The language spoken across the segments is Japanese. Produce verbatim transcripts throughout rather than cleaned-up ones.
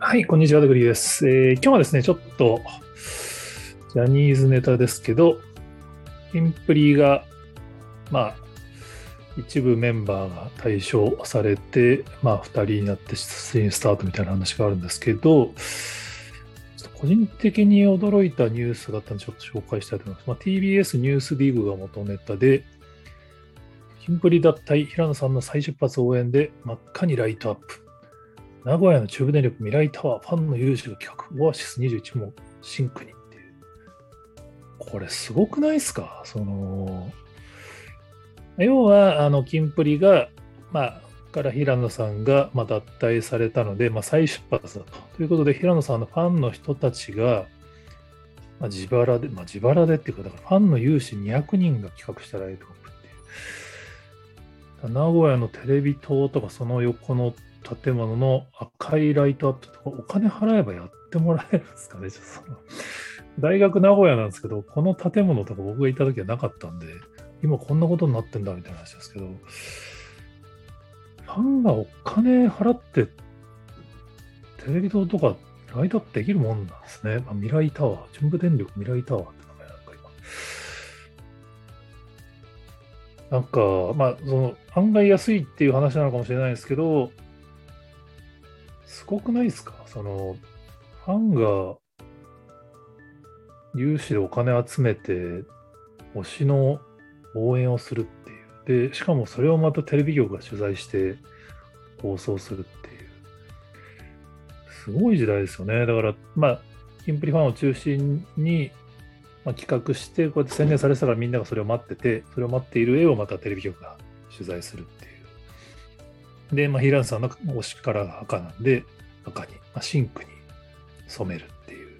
はい、こんにちは、デグリーです。えー今日はですね、ちょっと、ジャニーズネタですけど、キンプリが、まあ、一部メンバーが退所されて、まあ、二人になって新スタートみたいな話があるんですけど、ちょっと個人的に驚いたニュースがあったので、ちょっと紹介したいと思います。まあ、ティービーエス ニュースリーグが元ネタで、キンプリ脱退、平野さんの再出発応援で真っ赤にライトアップ。名古屋の中部電力未来タワー、ファンの有志が企画、オアシスにじゅういちもシンクにっていう。これすごくないですか？その、要は、あの、キンプリが、まあ、から平野さんが、まあ、脱退されたので、まあ、再出発だと。ということで、平野さんのファンの人たちが、まあ、自腹で、まあ、自腹でっていうか、だからファンの有志にひゃくにんが企画したライトアップっていう。名古屋のテレビ塔とか、その横の建物の赤いライトアップとか、お金払えばやってもらえるんですかね。ちょっとその大学名古屋なんですけど、この建物とか僕がいた時はなかったんで、今こんなことになってんだみたいな話ですけど、ファンがお金払ってテレビ塔とかライトアップできるもんなんですね。まあ、未来タワー、純部電力未来タワーって名前なんか今。なんか、まあ、その、案外安いっていう話なのかもしれないですけど、すごくないですか？その、ファンが有志でお金集めて、推しの応援をするっていう。で、しかもそれをまたテレビ局が取材して放送するっていう。すごい時代ですよね。だから、まあ、キンプリファンを中心に、まあ、企画して、こうやって宣伝されてたからみんながそれを待ってて、それを待っている絵をまたテレビ局が取材するっていう。で、まあ、平野さんの推しカラーが赤なんで、赤に、まあ、シンクに染めるっていう。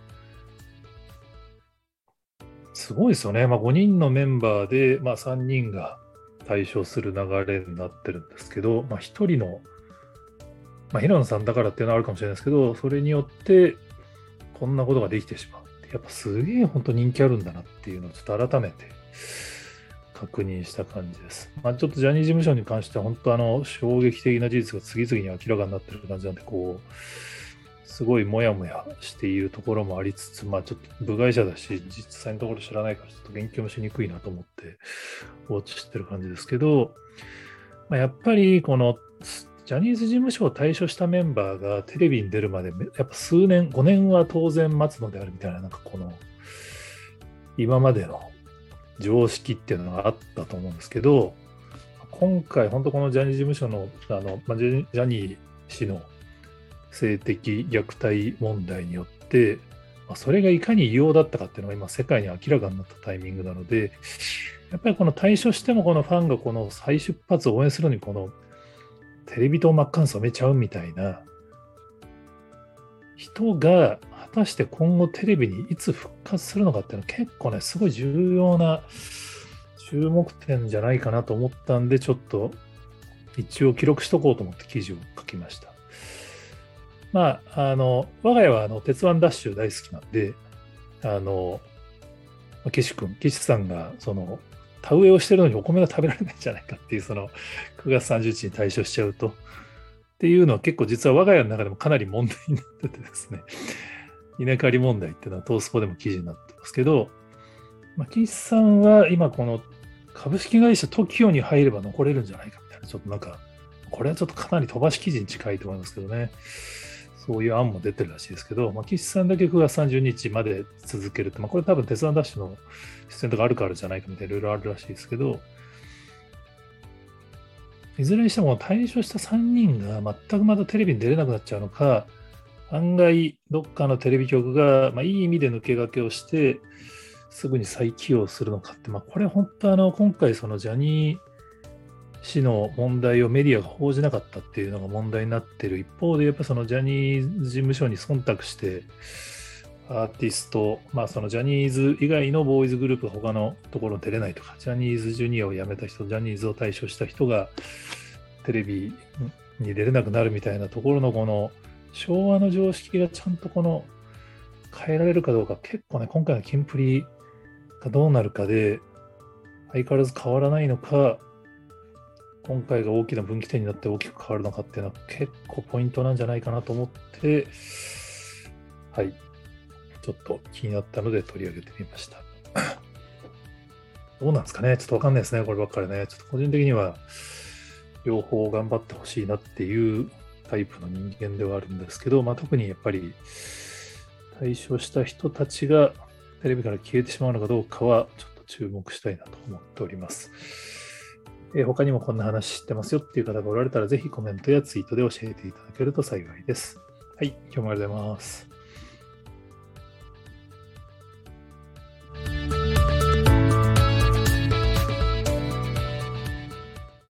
すごいですよね。まあ、ごにんのメンバーで、まあ、さんにんが対象する流れになってるんですけど、まあ、ひとりの、まあ、平野さんだからっていうのはあるかもしれないですけど、それによってこんなことができてしまう。やっぱすげえ本当人気あるんだなっていうのをちょっと改めて確認した感じです。まあ、ちょっとジャニーズ事務所に関しては本当あの衝撃的な事実が次々に明らかになってる感じなんで、こう、すごいモヤモヤしているところもありつつ、まあちょっと部外者だし、実際のところ知らないからちょっと言及もしにくいなと思ってウォッチしてる感じですけど、まあ、やっぱりこのジャニーズ事務所を退所したメンバーがテレビに出るまで、やっぱ数年、ごねんは当然待つのであるみたいな、なんかこの今までの常識っていうのがあったと思うんですけど、今回、本当このジャニーズ事務所のあの、まあ、ジャジャニー氏の性的虐待問題によって、まあ、それがいかに異様だったかっていうのが今世界に明らかになったタイミングなので、やっぱりこの対処してもこのファンがこの再出発を応援するのにこのテレビ塔真っ赤に染めちゃうみたいな人が果たして今後テレビにいつ復活するのかっていうのは結構ね、すごい重要な注目点じゃないかなと思ったんで、ちょっと一応記録しとこうと思って記事を書きました。まあ、あの、我が家はあの、鉄腕ダッシュ大好きなんで、あの、岸君、岸さんが、その、田植えをしてるのにお米が食べられないんじゃないかっていう、その、くがつさんじゅうにちにちに対処しちゃうと、っていうのは結構実は我が家の中でもかなり問題になっててですね、稲刈り問題っていうのはトースポでも記事になってますけど、まあ、岸さんは今この株式会社 トキオ に入れば残れるんじゃないかみたいな、ちょっとなんか、これはちょっとかなり飛ばし記事に近いと思いますけどね。そういう案も出てるらしいですけど、まあ、岸さんだけくがつさんじゅうにちまで続けるって、まあ、これ多分鉄腕ダッシュの出演とかあるからじゃないかみたいないろいろあるらしいですけど、いずれにしても退所したさんにんが全くまたテレビに出れなくなっちゃうのか、案外どっかのテレビ局が、まあ、いい意味で抜け駆けをして、すぐに再起用するのかって、まあ、これ本当あの、今回そのジャニー氏の問題をメディアが報じなかったっていうのが問題になっている一方で、やっぱそのジャニーズ事務所に忖度して、アーティスト、まあそのジャニーズ以外のボーイズグループが他のところに出れないとか、ジャニーズジュニアを辞めた人、ジャニーズを退所した人がテレビに出れなくなるみたいなところのこの昭和の常識がちゃんとこの変えられるかどうか、結構ね、今回のキンプリがどうなるかで相変わらず変わらないのか、 今回が大きな分岐点になって大きく変わるのかっていうのは結構ポイントなんじゃないかなと思って、はい、ちょっと気になったので取り上げてみました。どうなんですかね、ちょっとわかんないですね、こればっかりね。ちょっと個人的には両方頑張ってほしいなっていうタイプの人間ではあるんですけど、まあ、特にやっぱり対象した人たちがテレビから消えてしまうのかどうかはちょっと注目したいなと思っております。えー他にもこんな話知ってますよっていう方がおられたら、ぜひコメントやツイートで教えていただけると幸いです。はい、今日もありがとうございます。